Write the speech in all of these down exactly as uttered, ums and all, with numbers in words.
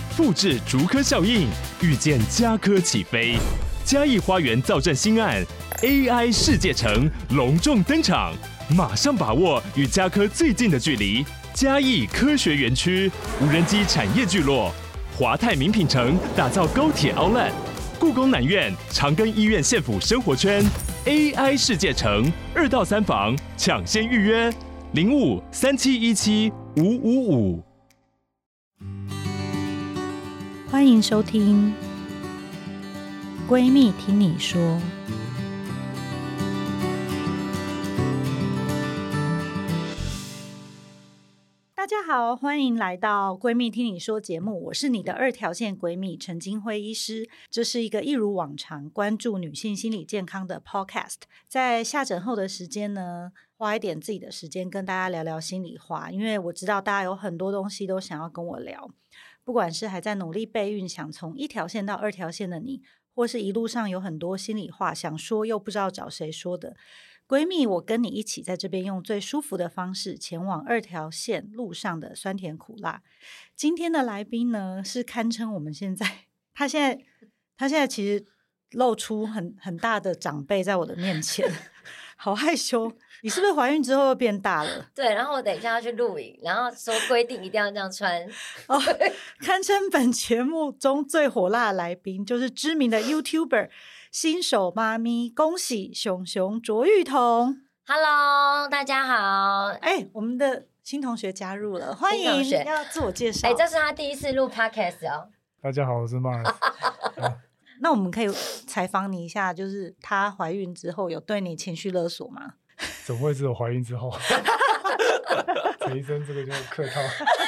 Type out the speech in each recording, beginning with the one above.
复制竹科效应，预见家科起飞。嘉义花园造镇新案 A I 世界城隆重登场，马上把握与家科最近的距离。嘉义科学园区无人机产业聚落，华泰名品城打造高铁 Outlet， 故宫南院长庚医院县府生活圈 A I 世界城二到三房抢先预约零五三七一七五五五。 欢迎收听闺蜜听你说。大家好，欢迎来到闺蜜听你说节目，我是你的二条线闺蜜陈金辉医师。这是一个一如往常关注女性心理健康的 podcast， 在下诊后的时间呢，花一点自己的时间跟大家聊聊心里话，因为我知道大家有很多东西都想要跟我聊，不管是还在努力备孕，想从一条线到二条线的你，或是一路上有很多心里话想说又不知道找谁说的闺蜜，我跟你一起在这边用最舒服的方式前往二条线路上的酸甜苦辣。今天的来宾呢，是堪称我们现在他现在他现在其实露出很很大的长辈在我的面前好害羞。你是不是怀孕之后又变大了？ 对，然后我等一下要去录影，然后说规定一定要这样穿。 哦，堪称本节目中最火辣的来宾，就是知名的 YouTuber 新手妈咪，恭喜熊熊卓玉彤。 Hello， 大家好。 哎，我们的新同学加入了，欢迎，要自我介绍。 哎，这是他第一次录 Podcast 哦。 大家好，我是 Mars 那我们可以采访你一下，就是她怀孕之后有对你情绪勒索吗？ 怎么会只有怀孕之后？陈医生这个就客套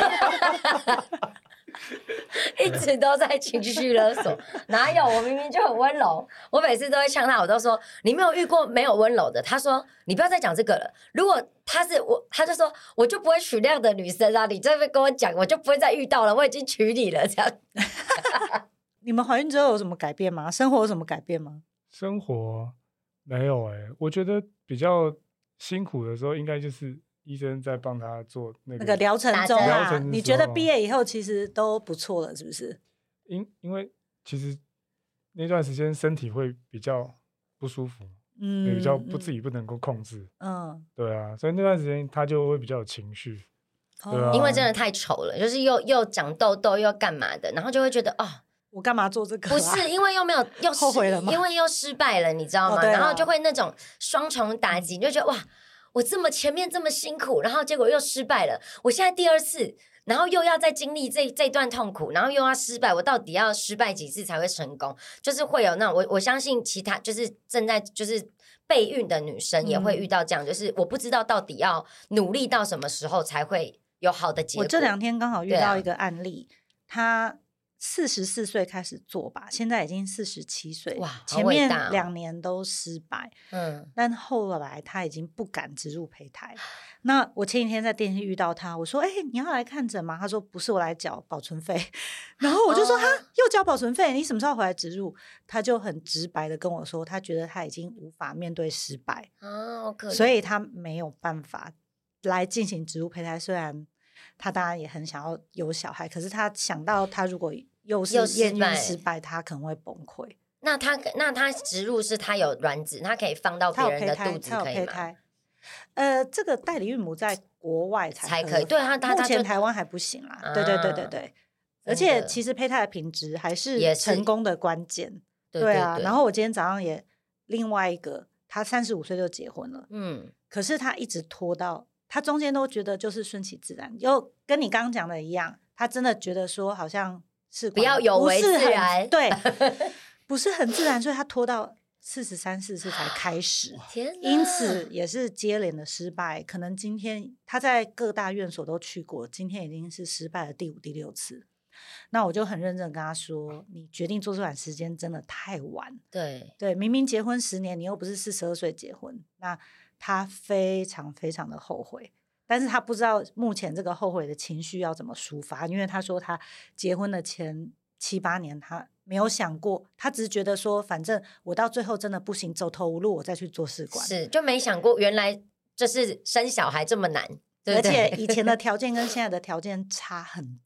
一直都在情绪勒索。哪有，我明明就很温柔，我每次都会呛他，我都说你没有遇过没有温柔的。他说你不要再讲这个了，如果他是我，他就说我就不会娶那样的女生啊，你这边跟我讲我就不会再遇到了，我已经娶你了这样。 你们怀孕之后有什么改变吗？生活有什么改变吗？ 生活没有哎、欸，我觉得比较辛苦的时候应该就是医生在帮他做那个那个疗程中啊， 程你觉得毕业以后其实都不错了是不是？ 因因为其实那段时间身体会比较不舒服，嗯，也比较不自己不能够控制，嗯，对啊，所以那段时间他就会比较有情绪， 对啊，因为真的太丑了，就是又又长痘痘又干嘛的，然后就会觉得哦。 我干嘛做这个、啊？ 不是因为又没有又后悔了吗？ 因为又失败了，你知道吗？哦、然后就会那种双重打击，你就觉得哇，我这么前面这么辛苦，然后结果又失败了，我现在第二次，然后又要再经历这这段痛苦，然后又要失败，我到底要失败几次才会成功？就是会有那种我我相信其他就是正在就是备孕的女生也会遇到这样，嗯、就是我不知道到底要努力到什么时候才会有好的结果。 我这两天刚好遇到一个案例，他。四十四岁开始做吧，现在已经四十七岁， 哇， 前面两年都失败，嗯，但后来他已经不敢植入胚胎。那我前几天在电视遇到他，我说：“哎、欸，你要来看诊吗？”他说：“不是，我来缴保存费。”然后我就说：“哈、哦，又缴保存费？你什么时候回来植入？”他就很直白的跟我说，他觉得他已经无法面对失败， 哦， 所以他没有办法来进行植入胚胎。虽然他当然也很想要有小孩，可是他想到他如果又是验孕失败，他可能会崩溃。 那他那他植入是他有卵子，他可以放到别人的肚子，可以吗？ 呃，这个代理孕母在国外才才可以，对他他目前台湾还不行啦。啊、对对对对对，而且其实胚胎的品质还是成功的关键。 对, 对啊， 对对然后我今天早上也另外一个，他三十五岁就结婚了，嗯，可是他一直拖到他中间都觉得就是顺其自然，又跟你刚刚讲的一样，他真的觉得说好像。是不要有违自然， 对，不是很自然，所以他拖到四十三四次才开始，因此也是接连的失败。可能今天他在各大院所都去过，今天已经是失败了第五、第六次。那我就很认真跟他说：“你决定做出来时间真的太晚。 对” 对对，明明结婚十年，你又不是四十二岁结婚，那他非常非常的后悔。但是他不知道目前这个后悔的情绪要怎么抒发，因为他说他结婚的前七八年他没有想过，他只是觉得说反正我到最后真的不行，走投无路，我再去做试管， 是就没想过原来就是生小孩这么难，对不对？ 而且以前的条件跟现在的条件差很多，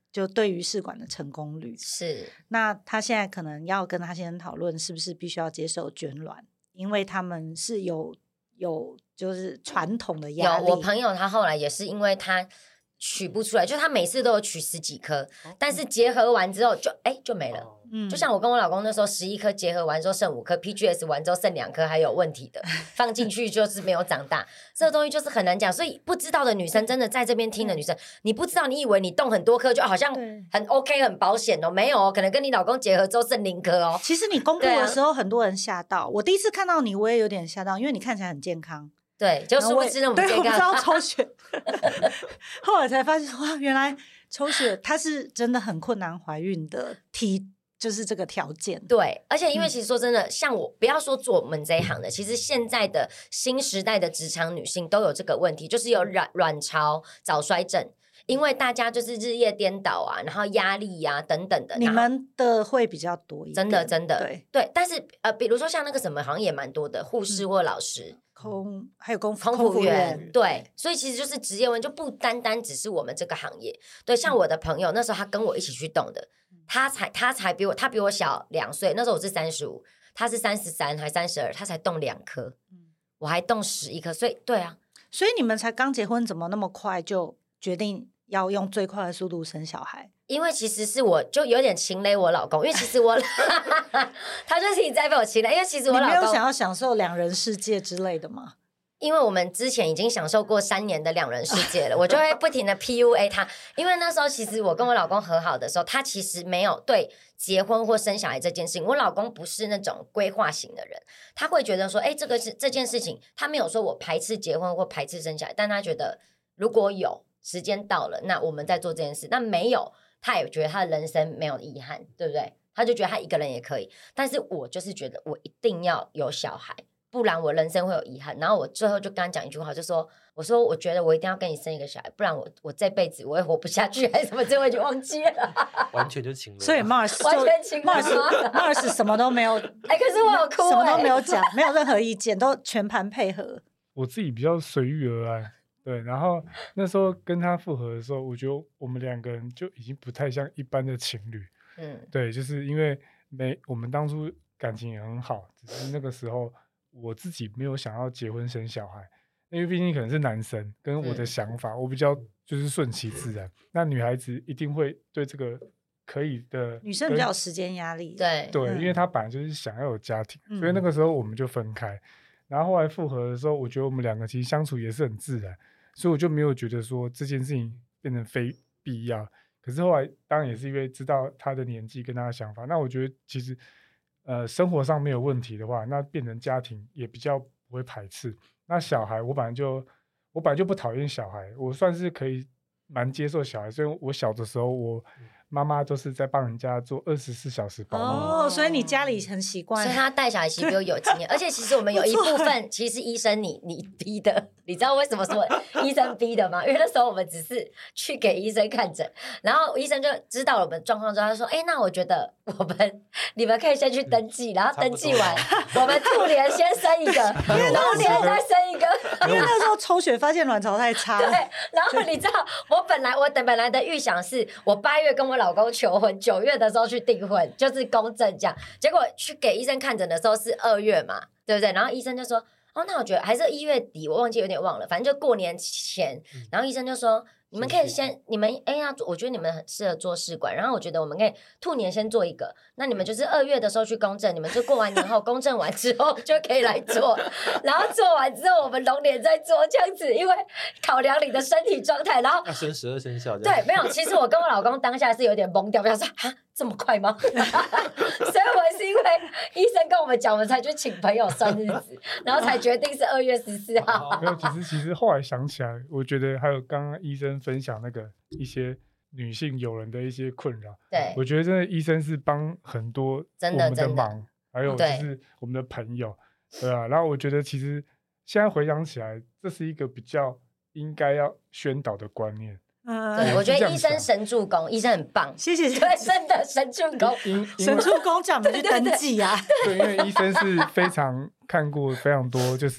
就对于试管的成功率。 是， 那他现在可能要跟他先生讨论是不是必须要接受捐卵，因为他们是有有就是传统的压力。 有我朋友他后来也是因为他取不出来，就他每次都有取十几颗，但是结合完之后就哎就没了。嗯，就像我跟我老公那时候十一颗结合完之后剩五颗 P G S 完之后剩两颗还有问题的，放进去就是没有长大。这个东西就是很难讲，所以不知道的女生真的在这边听的女生，你不知道，你以为你动很多颗就好像很 OK 很保险哦，没有哦，可能跟你老公结合之后剩零颗哦。 其实你公布的时候很多人吓到，我第一次看到你我也有点吓到，因为你看起来很健康。 对，就殊不知我们对，我不知道抽血，后来才发现哇，原来抽血它是真的很困难怀孕的体，就是这个条件。 对，而且因为其实说真的，嗯、像我不要说做我们这一行的，其实现在的新时代的职场女性都有这个问题，就是有卵卵巢早衰症。因为大家就是日夜颠倒啊，然后压力呀、啊、等等的， 你们的会比较多一点， 真的真的对对。但是呃，比如说像那个什么，好像也蛮多的，护士或老师、 嗯、空还有空空服员，对，所以其实就是职业问，就不单单只是我们这个行业。对，像我的朋友、嗯、那时候他跟我一起去动的，他才他才比我他比我小两岁，那时候我是三十五，他是三十三还三十二，他才动两颗，嗯、我还动十一颗，所以对啊， 所以你们才刚结婚，怎么那么快就决定要用最快的速度生小孩？ 因为其实是我就有点情勒我老公，因为其实我他就是一直在被我情勒，因为其实我老公你没有想要享受两人世界之类的吗？ 因为我们之前已经享受过三年的两人世界了，我就会不停的 P U A 他。因为那时候其实我跟我老公和好的时候，他其实没有对结婚或生小孩这件事情，我老公不是那种规划型的人，他会觉得说，哎，这个是这件事情，他没有说我排斥结婚或排斥生小孩，但他觉得如果有时间到了，那我们再做这件事。那没有，他也觉得他的人生没有遗憾，对不对？他就觉得他一个人也可以。但是我就是觉得我一定要有小孩，不然我人生会有遗憾。然后我最后就跟他讲一句话，就说：“我说我觉得我一定要跟你生一个小孩，不然我我这辈子我也活不下去，还是什么？这我已经忘记了。” 完全就情了。 所以 Mars 完全情了 ，Mars Mars 什么都没有。 哎，可是我有哭、欸， 什么都没有讲，没有任何意见，都全盘配合。 我自己比较随遇而安。对，然后那时候跟他复合的时候，我觉得我们两个人就已经不太像一般的情侣。嗯，对，就是因为没我们当初感情也很好，只是那个时候我自己没有想要结婚生小孩，因为毕竟可能是男生，跟我的想法、嗯、我比较就是顺其自然。那女孩子一定会对这个可以的， 女生比较有时间压力。 对对、嗯，因为她本来就是想要有家庭，嗯、所以那个时候我们就分开。然后后来复合的时候，我觉得我们两个其实相处也是很自然。所以我就没有觉得说这件事情变成非必要，可是后来当然也是因为知道他的年纪跟他的想法，那我觉得其实呃生活上没有问题的话，那变成家庭也比较不会排斥。那小孩我本来就我本来就不讨厌小孩，我算是可以蛮接受小孩，所以我小的时候我妈妈都是在帮人家做二十四小时保姆哦，所以你家里很习惯， 所以他带小孩其实比我有经验，而且其实我们有一部分其实医生你你逼的，你知道为什么说医生逼的吗？因为那时候我们只是去给医生看诊，然后医生就知道了我们状况之后，他说：“哎，那我觉得我们你们可以先去登记，然后登记完，我们兔年先生一个，龙年再生一个。” 因为那时候抽血发现卵巢太差， 对。然后你知道，我本来我的本来的预想是我八月跟我老公求婚，九月的时候去订婚，就是公证这样。结果去给医生看诊的时候是二月嘛，对不对？然后医生就说：“哦，那我觉得还是一月底，我忘记有点忘了，反正就过年前。”然后医生就说：“你们可以先，你们哎呀，我觉得你们很适合做试管，然后我觉得我们可以兔年先做一个，那你们就是二月的时候去公证，你们就过完年后公证完之后就可以来做，然后做完之后我们龙年再做这样子，因为考量你的身体状态，然后要生十二生肖。 对，没有，其实我跟我老公当下是有点懵掉，我想说啊，这么快吗？所以我是因为医生跟我们讲，我们才去请朋友算日子，然后才决定是二月十四号。 没有，其实其实后来想起来，我觉得还有刚刚医生分享那个一些女性友人的一些困扰， 对， 我觉得真的医生是帮很多我们的忙，还有就是我们的朋友，对啊。然后我觉得其实现在回想起来，这是一个比较应该要宣导的观念。 嗯，对，我觉得医生神助攻，医生很棒， 谢谢， 对，真的神助攻， 神助攻讲的是登记啊， 对，因为医生是非常看过非常多就是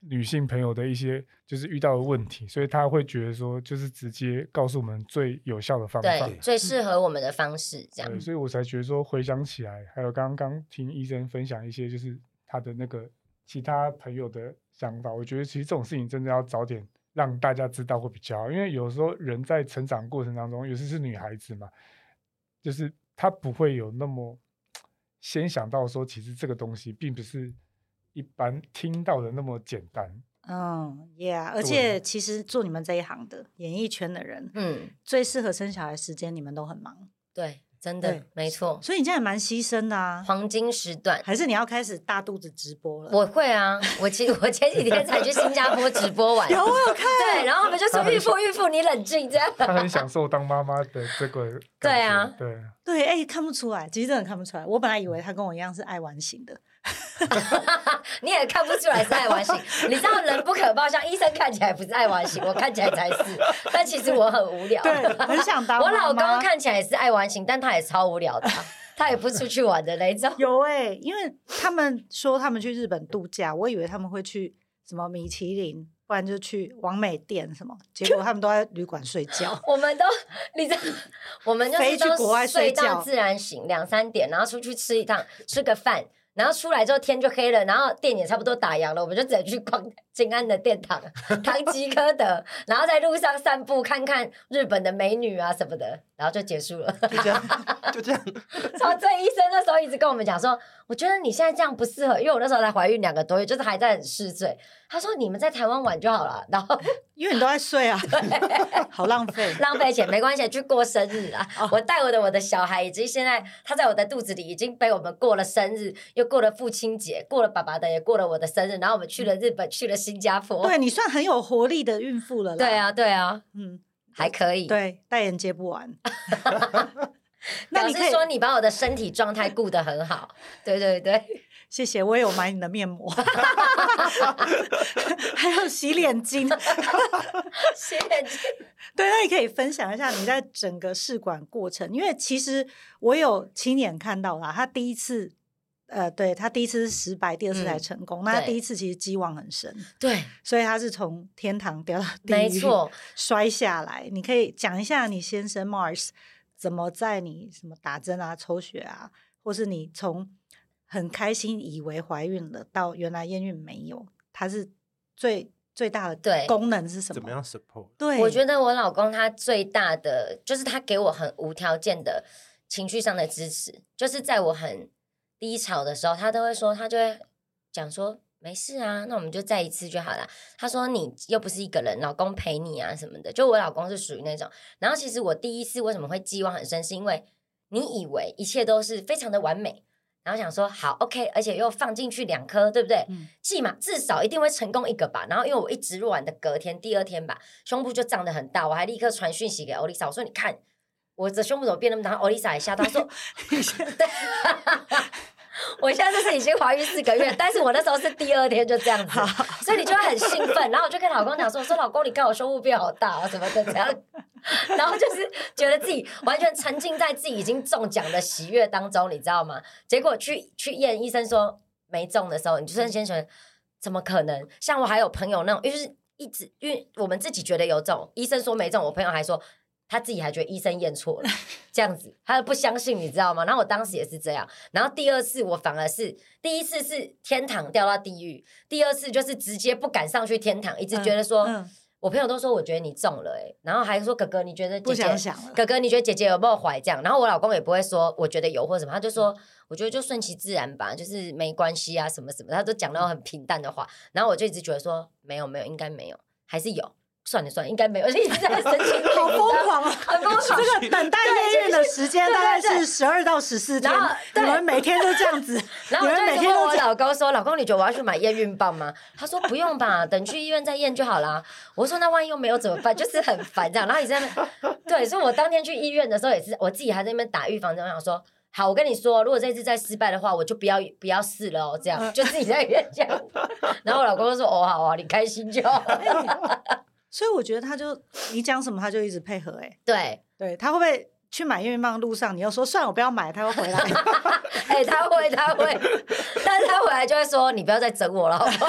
女性朋友的一些就是遇到的问题，所以他会觉得说就是直接告诉我们最有效的方法， 对，最适合我们的方式这样。 对，所以我才觉得说回想起来，还有刚刚听医生分享一些就是他的那个其他朋友的想法，我觉得其实这种事情真的要早点让大家知道会比较好，因为有时候人在成长过程当中，尤其是女孩子嘛，就是她不会有那么先想到说其实这个东西并不是一般听到的那么简单。 嗯 ，Yeah， 而且其实做你们这一行的演艺圈的人， 嗯， 最适合生小孩时间，你们都很忙。 对，真的没错。 所以你现在也蛮牺牲的啊， 黄金时段。 还是你要开始大肚子直播了？ 我会啊，我其实我前几天才去新加坡直播完， 有我有看。 对，然后我们就说孕妇孕妇你冷静这样。 他很享受当妈妈的这个对啊， 对对，哎、欸，看不出来，其实真的看不出来。我本来以为他跟我一样是爱玩型的。 你也看不出来是爱玩型，你知道人不可貌相，医生看起来不是爱玩型，我看起来才是，但其实我很无聊， 对，很想当妈妈。 我老公看起来也是爱玩型，但他也超无聊的、啊，他也不出去玩的那种。 有哎、欸，因为他们说他们去日本度假，我以为他们会去什么米其林，不然就去网美店什么，结果他们都在旅馆睡觉。 我们都，你知道，我们就是飞去国外睡觉， 睡到自然醒，两三点，然后出去吃一趟，吃个饭。然后出来之后天就黑了，然后店也差不多打烊了，我们就只能去逛金安的殿堂、唐吉诃德，然后在路上散步，看看日本的美女啊什么的，然后就结束了。 就这样，就这样。 超这医生那时候一直跟我们讲说，我觉得你现在这样不适合，因为我那时候才怀孕两个多月，就是还在很嗜睡。他说你们在台湾玩就好了，然后因为你都在睡啊，好浪费， 浪费钱没关系，去过生日啦。Oh. 我带我的我的小孩，以及现在他在我的肚子里已经被我们过了生日，又过了父亲节，过了爸爸的，也过了我的生日，然后我们去了日本，去了新加坡。 对，你算很有活力的孕妇了啦。 对啊，对啊， 嗯， 还可以。 对，代言接不完。 那你可以说你把我的身体状态顾得很好。对对对。 谢谢，我也有买你的面膜，还有洗脸巾。 洗脸巾， 对，那你可以分享一下你在整个试管过程，因为其实我有亲眼看到啦，他第一次，呃，对他第一次是失败，第二次才成功。嗯、那他第一次其实希望很深， 对， 所以他是从天堂掉到地狱， 没错， 摔下来。你可以讲一下你先生 Mars 怎么在你什么打针啊、抽血啊，或是你从很开心以为怀孕了到原来验孕没有，它是最最大的功能是什么？ 怎么样 support？ 对， 我觉得我老公他最大的就是他给我很无条件的情绪上的支持，就是在我很低潮的时候，他都会说，他就会讲说没事啊，那我们就再一次就好了。他说你又不是一个人，老公陪你啊什么的。就我老公是属于那种，然后其实我第一次为什么会寄望很深，是因为你以为一切都是非常的完美。然后想说好 OK， 而且又放进去两颗，对不对？嗯，起码至少一定会成功一个吧。然后因为我一植入完的隔天，第二天吧，胸部就胀得很大，我还立刻传讯息给欧丽莎，我说你看我的胸部怎么变那么大？然后欧丽莎也吓到，她说对。我现在就是已经怀孕四个月，但是我那时候是第二天就这样子，所以你就会很兴奋，然后我就跟老公讲说，我说老公，你看我胸部变好大啊，什么的这样，然后就是觉得自己完全沉浸在自己已经中奖的喜悦当中，你知道吗？结果去去验，医生说没中的时候，你就是先觉得怎么可能？像我还有朋友那种，就是一直因为我们自己觉得有中，医生说没中，我朋友还说。他自己还觉得医生验错了，这样子，他不相信，你知道吗？然后我当时也是这样，然后第二次我反而是第一次是天堂掉到地狱，第二次就是直接不敢上去天堂，一直觉得说，嗯嗯、我朋友都说我觉得你中了、欸，然后还说哥哥你觉得姐姐不想想了， 哥哥你觉得姐姐有没有怀这样？然后我老公也不会说我觉得有或什么，他就说、嗯、我觉得就顺其自然吧，就是没关系啊什么什么，他都讲到很平淡的话，然后我就一直觉得说没有没有，应该没有，还是有。算了算了，应该没有，一直在生气， 好疯狂啊！ 很疯狂。 这个等待验孕的时间大概是十二到十四天，你们每天都这样子。 然后我就每天问我老公说：“老公，你觉得我要去买验孕棒吗？”他说：“不用吧，等去医院再验就好啦。”我说：“那万一又没有怎么办？”就是很烦这样。然后你在那对，所以我当天去医院的时候也是，我自己还在那边打预防针，我想说。好，我跟你说，如果这次再失败的话，我就不要不要试了哦，这样就自己在医院讲。然后我老公就说：“哦，好啊，你开心就好。” 所以我觉得他就你讲什么他就一直配合、欸，哎， 对对，他会不会去买验孕棒路上，你又说算了，我不要买，他又回来。 哎、欸，他会，他会，但是他回来就会说：“你不要再整我了，好不好？”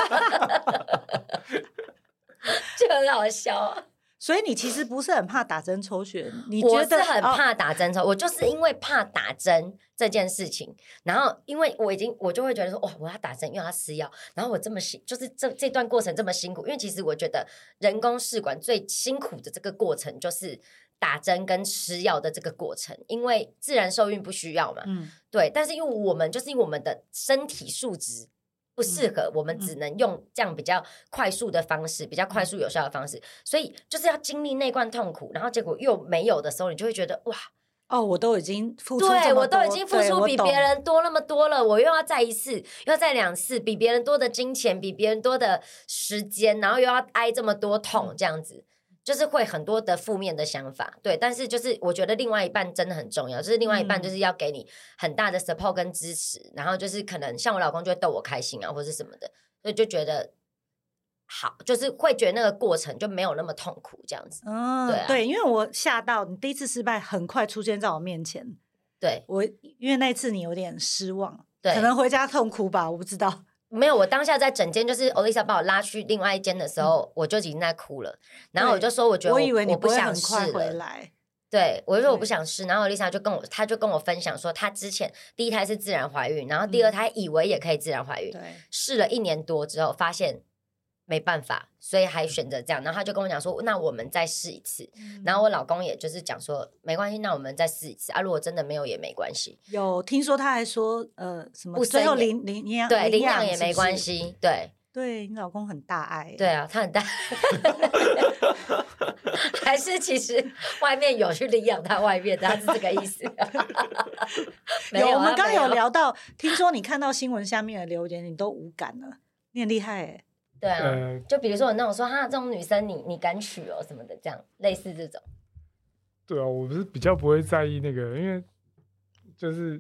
就很好笑啊。 所以你其实不是很怕打针抽血，你觉得我是很怕打针抽、哦，我就是因为怕打针这件事情，然后因为我已经我就会觉得说，哦，我要打针，因为要吃药，然后我这么辛，就是这这段过程这么辛苦，因为其实我觉得人工试管最辛苦的这个过程就是打针跟吃药的这个过程，因为自然受孕不需要嘛，嗯，对，但是因为我们就是因为我们的身体素质不适合，我们只能用这样比较快速的方式，比较快速有效的方式，所以就是要经历那段痛苦，然后结果又没有的时候，你就会觉得哇， 哦，我都已经付出这么多， 对我都已经付出比别人多那么多了，我又要再一次，又要再两次，比别人多的金钱，比别人多的时间，然后又要挨这么多痛，这样子。就是会很多的负面的想法，对，但是就是我觉得另外一半真的很重要，就是另外一半就是要给你很大的 support 跟支持，嗯、然后就是可能像我老公就会逗我开心啊，或是什么的，所以就觉得好，就是会觉得那个过程就没有那么痛苦这样子。 嗯，对、啊、对，因为我吓到你第一次失败很快出现在我面前， 对我因为那次你有点失望， 对， 可能回家痛哭吧，我不知道。 没有，我当下在整间，就是 Olisa 把我拉去另外一间的时候、嗯，我就已经在哭了。然后我就说，我觉得 我, 我以为你不想很快回来。 对，我就说我不想试。然后 Olisa 就跟我，他就跟我分享说，他之前第一胎是自然怀孕，然后第二胎以为也可以自然怀孕，试、嗯、了一年多之后发现没办法，所以还选择这样。然后他就跟我讲说，那我们再试一次、嗯。然后我老公也就是讲说，没关系，那我们再试一次啊。如果真的没有也没关系。 有听说他还说，呃，什么最后领领领养， 对，领养也没关系。对， 对你老公很大爱。 对啊，他很大。还是其实外面有去领养他外面的，他是这个意思。 有, 有，我们刚刚有聊到，听说你看到新闻下面的留言，你都无感了，你很厉害哎。 对啊、呃，就比如说有那种说哈，这种女生你你敢娶哦什么的，这样类似这种。 对啊，我是比较不会在意那个，因为就是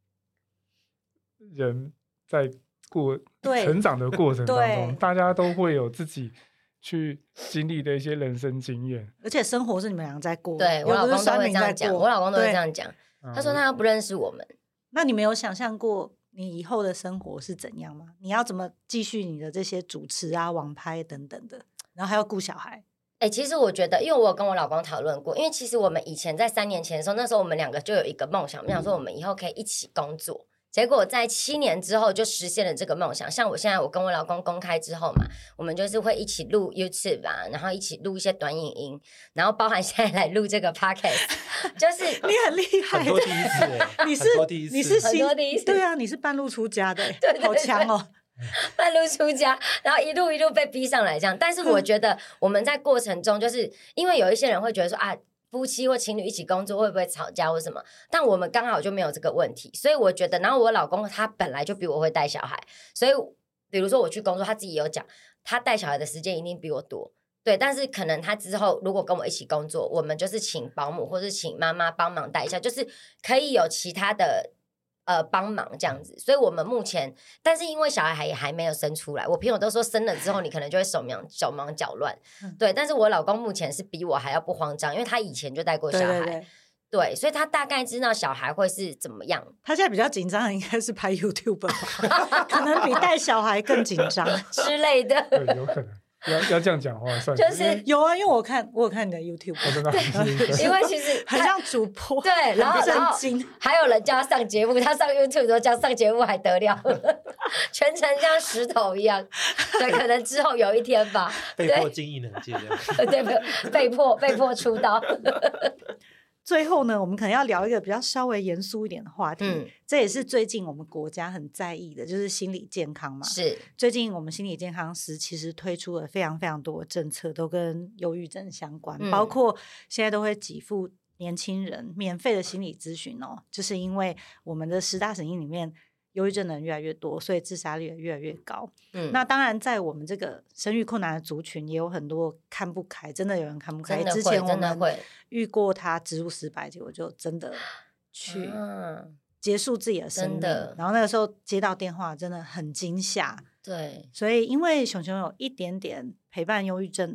人在过成长的过程当中，大家都会有自己去经历的一些人生经验， 而且生活是你们俩在过。 对，我老公都会这样讲，我老公都会这样讲。他说他要不认识我们， 那你没有想象过你以后的生活是怎样吗？你要怎么继续你的这些主持啊、网拍等等的，然后还要顾小孩？ 哎、欸，其实我觉得，因为我有跟我老公讨论过，因为其实我们以前在三年前的时候，那时候我们两个就有一个梦想，我们想说我们以后可以一起工作。结果在七年之后就实现了这个梦想。像我现在我跟我老公公开之后嘛，我们就是会一起录 YouTube 啊，然后一起录一些短影音，然后包含现在来录这个 Podcast， 就是你很厉害， 很多第一次哎， 你是很多第一次你是很多第一次， 对啊，你是半路出家的， 对对对， 好强哦。 半路出家，然后一路一路被逼上来这样。但是我觉得我们在过程中，就是因为有一些人会觉得说啊，夫妻或情侣一起工作会不会吵架或什么？但我们刚好就没有这个问题，所以我觉得，然后我老公他本来就比我会带小孩，所以比如说我去工作，他自己有讲，他带小孩的时间一定比我多。对，但是可能他之后如果跟我一起工作，我们就是请保姆或是请妈妈帮忙带一下，就是可以有其他的呃帮忙这样子。所以我们目前，但是因为小孩还还没有生出来，我朋友都说生了之后你可能就会手忙手忙脚乱、嗯。对，但是我老公目前是比我还要不慌张，因为他以前就带过小孩。对对对，对，所以他大概知道小孩会是怎么样。 他现在比较紧张的应该是拍 YouTube 吧，可能比带小孩更紧张之类的。 对，有可能。要要这样讲话算是，就是有啊，因为我看我有看你的 YouTube， 我真的因为其实很像主播， 对，然后然后还有人叫他上节目，他上 YouTube 都叫上节目还得了，全程像石头一样。对，可能之后有一天吧， 被迫经营能界这样，对，被迫被迫出道。 最后呢，我们可能要聊一个比较稍微严肃一点的话题、嗯、这也是最近我们国家很在意的，就是心理健康嘛。 是， 最近我们心理健康司其实推出了非常非常多的政策，都跟忧郁症相关、嗯、包括现在都会给付年轻人免费的心理咨询哦，就是因为我们的十大死因里面忧郁症的人越来越多，所以自杀率也越来越高、嗯、那当然在我们这个生育困难的族群也有很多看不开，真的有人看不开。之前我们遇过他植入失败，结果就真的去结束自己的生命、啊、然后那个时候接到电话真的很惊吓。 对， 所以因为熊熊有一点点陪伴忧郁症的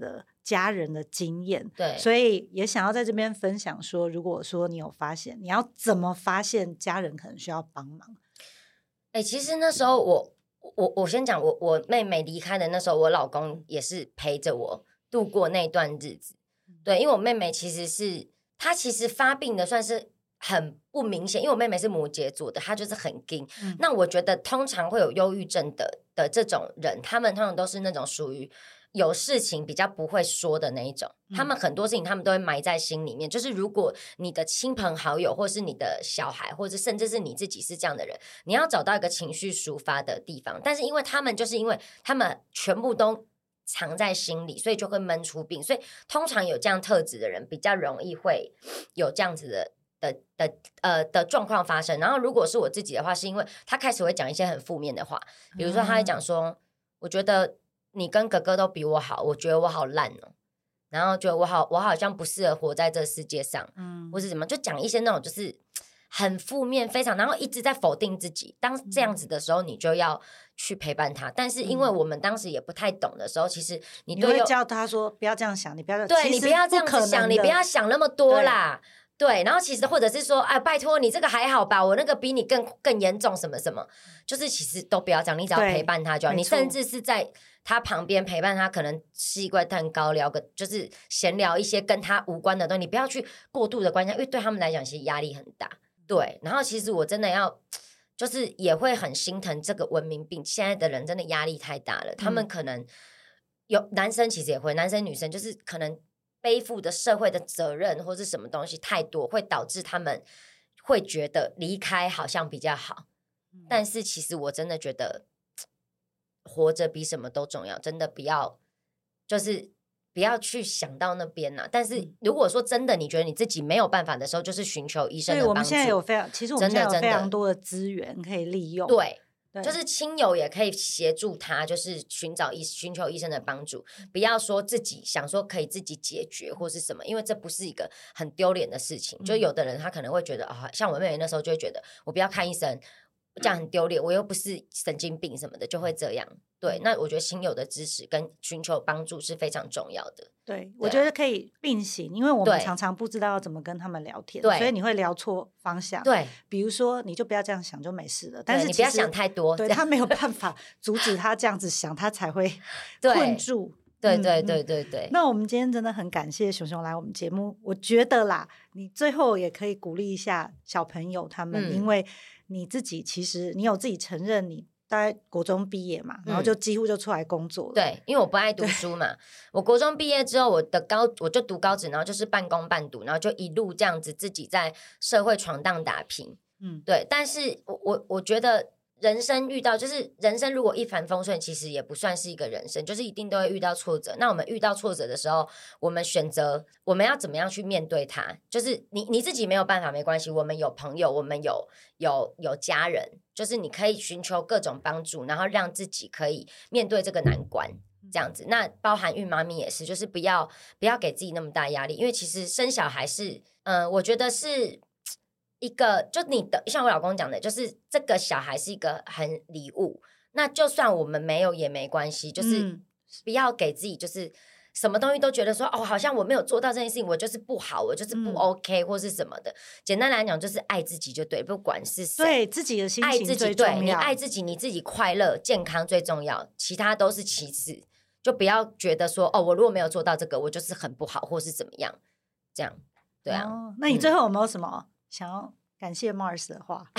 家人的经验， 对， 所以也想要在这边分享说，如果说你有发现，你要怎么发现家人可能需要帮忙？ 哎、欸，其实那时候我我我先讲，我我妹妹离开的那时候，我老公也是陪着我度过那段日子。对，因为我妹妹其实是她其实发病的算是很不明显，因为我妹妹是摩羯座的，她就是很硬、嗯。那我觉得通常会有忧郁症的的这种人，他们通常都是那种属于有事情比较不会说的那一种，他们很多事情他们都会埋在心里面。就是如果你的亲朋好友，或是你的小孩，或者甚至是你自己是这样的人，你要找到一个情绪抒发的地方。但是因为他们就是因为他们全部都藏在心里，所以就会闷出病。所以通常有这样特质的人，比较容易会有这样子的的的呃的状况发生。然后如果是我自己的话，是因为他开始会讲一些很负面的话，比如说他会讲说，嗯、我觉得你跟哥哥都比我好，我觉得我好烂哦，然后觉得我好我好像不适合活在这世界上，嗯，或是什么，就讲一些那种就是很负面非常，然后一直在否定自己。当这样子的时候，你就要去陪伴他。但是因为我们当时也不太懂的时候，其实你都会叫他说不要这样想，你不要对你不要这样子想，你不要想那么多啦。对，然后其实或者是说，哎，拜托你这个还好吧，我那个比你更更严重，什么什么，就是其实都不要讲，你只要陪伴他就好。你甚至是在他旁边陪伴他，可能吃一块蛋糕，聊个就是闲聊一些跟他无关的东西，你不要去过度的关心，因为对他们来讲其实压力很大。对，然后其实我真的要就是也会很心疼这个文明病，现在的人真的压力太大了，他们可能有男生其实也会，男生女生就是可能背负的社会的责任或是什么东西太多，会导致他们会觉得离开好像比较好、嗯、但是其实我真的觉得活着比什么都重要，真的不要就是不要去想到那边啦、啊、但是如果说真的你觉得你自己没有办法的时候，就是寻求医生的帮助。 对，我们现在有非常其实我们现在有非常多的资源可以利用。 对，就是亲友也可以协助他，就是寻找医寻求医生的帮助，不要说自己想说可以自己解决或是什么，因为这不是一个很丢脸的事情、嗯、就有的人他可能会觉得、哦、像我妹妹那时候就会觉得我不要看医生，这样很丢脸，我又不是神经病什么的，就会这样。对，那我觉得亲友的支持跟寻求帮助是非常重要的。 对, 对、啊、我觉得可以并行，因为我们常常不知道要怎么跟他们聊天，所以你会聊错方向。对，比如说你就不要这样想就没事了，但是你不要想太多， 对，他没有办法阻止他这样子想，他才会困住。 对对对对对、嗯、 那我们今天真的很感谢熊熊来我们节目，我觉得啦你最后也可以鼓励一下小朋友他们、嗯、因为你自己其实你有自己承认你大概国中毕业嘛，然后就几乎就出来工作了、嗯、 对，因为我不爱读书嘛，我国中毕业之后我的高我就读高职，然后就是半工半读，然后就一路这样子自己在社会闯荡打拼。嗯，对，但是我我我觉得人生遇到就是人生如果一帆风顺，其实也不算是一个人生，就是一定都会遇到挫折。那我们遇到挫折的时候，我们选择我们要怎么样去面对它，就是你你自己没有办法没关系，我们有朋友，我们有有有家人，就是你可以寻求各种帮助，然后让自己可以面对这个难关这样子。那包含孕妈咪也是，就是不要不要给自己那么大压力，因为其实生小孩是嗯、呃，我觉得是一个就你的像我老公讲的，就是这个小孩是一个很礼物，那就算我们没有也没关系，就是不要给自己就是什么东西都觉得说哦，好像我没有做到这件事情，我就是不好，我就是不 OK、嗯、或是什么的。简单来讲就是爱自己就对，不管是谁， 对自己的心情最重要， 对，你爱自己，你自己快乐健康最重要，其他都是其次。就不要觉得说哦，我如果没有做到这个我就是很不好或是怎么样这样。对啊、 哦、那你最后有没有什么、嗯想要感谢 Mars 的话？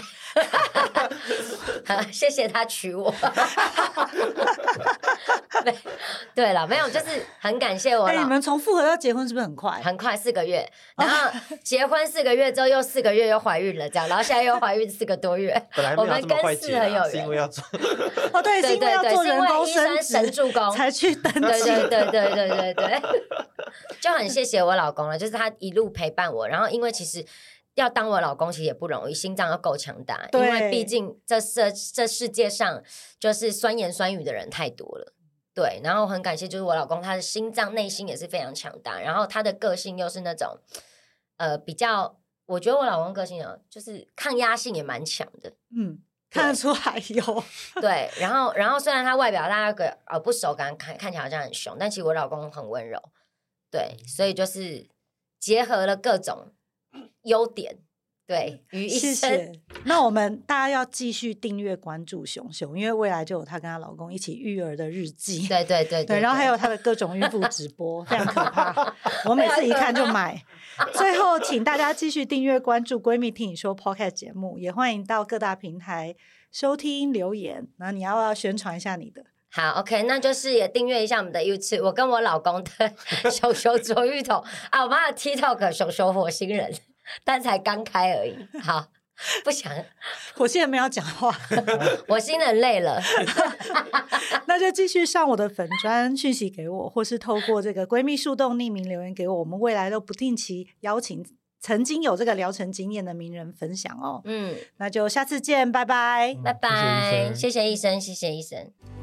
谢谢他娶我。对了，没有，就是很感谢我、欸、 你们从复合到结婚是不是很快？ 很快，四个月，然后结婚四个月之后又四个月又怀孕了，这样，然后现在又怀孕四个多月。 本来没有这么快结、啊、我们跟四很有缘，是因为要做哦，对，是因为要做人工生殖神助攻才去登记。 对对对对对对对，就很谢谢我老公了，就是他一路陪伴我，然后因为其实。要当我老公其实也不容易，心脏要够强大，因为毕竟这这这世界上就是酸言酸语的人太多了。对，然后很感谢就是我老公，他的心脏内心也是非常强大，然后他的个性又是那种呃比较，我觉得我老公个性啊，就是抗压性也蛮强的。 嗯，看得出来有。 对，然后然后虽然他外表大家个呃不熟，感看看起来好像很凶，但其实我老公很温柔。 对，所以就是结合了各种优点。对，于一身。 谢谢。那我们大家要继续订阅关注熊熊，因为未来就有她跟她老公一起育儿的日记。 对对对 对, 对，然后还有她的各种孕妇直播，非常可怕。我每次一看就买。最后，请大家继续订阅关注闺蜜听你说 Podcast 节目，也欢迎到各大平台收听留言。那你要不要宣传一下你的？ 好 OK， 那就是也订阅一下我们的 YouTube， 我跟我老公的熊熊啄芋头啊，我们还有 TikTok 熊熊火星人，但才刚开而已。好，不想火星人没有讲话， 火星人累了。 那就继续上我的粉专讯息给我，或是透过这个闺蜜树洞匿名留言给我，我们未来都不定期邀请曾经有这个疗程经验的名人分享哦。嗯，那就下次见，拜拜， 拜拜，谢谢医生，谢谢医生。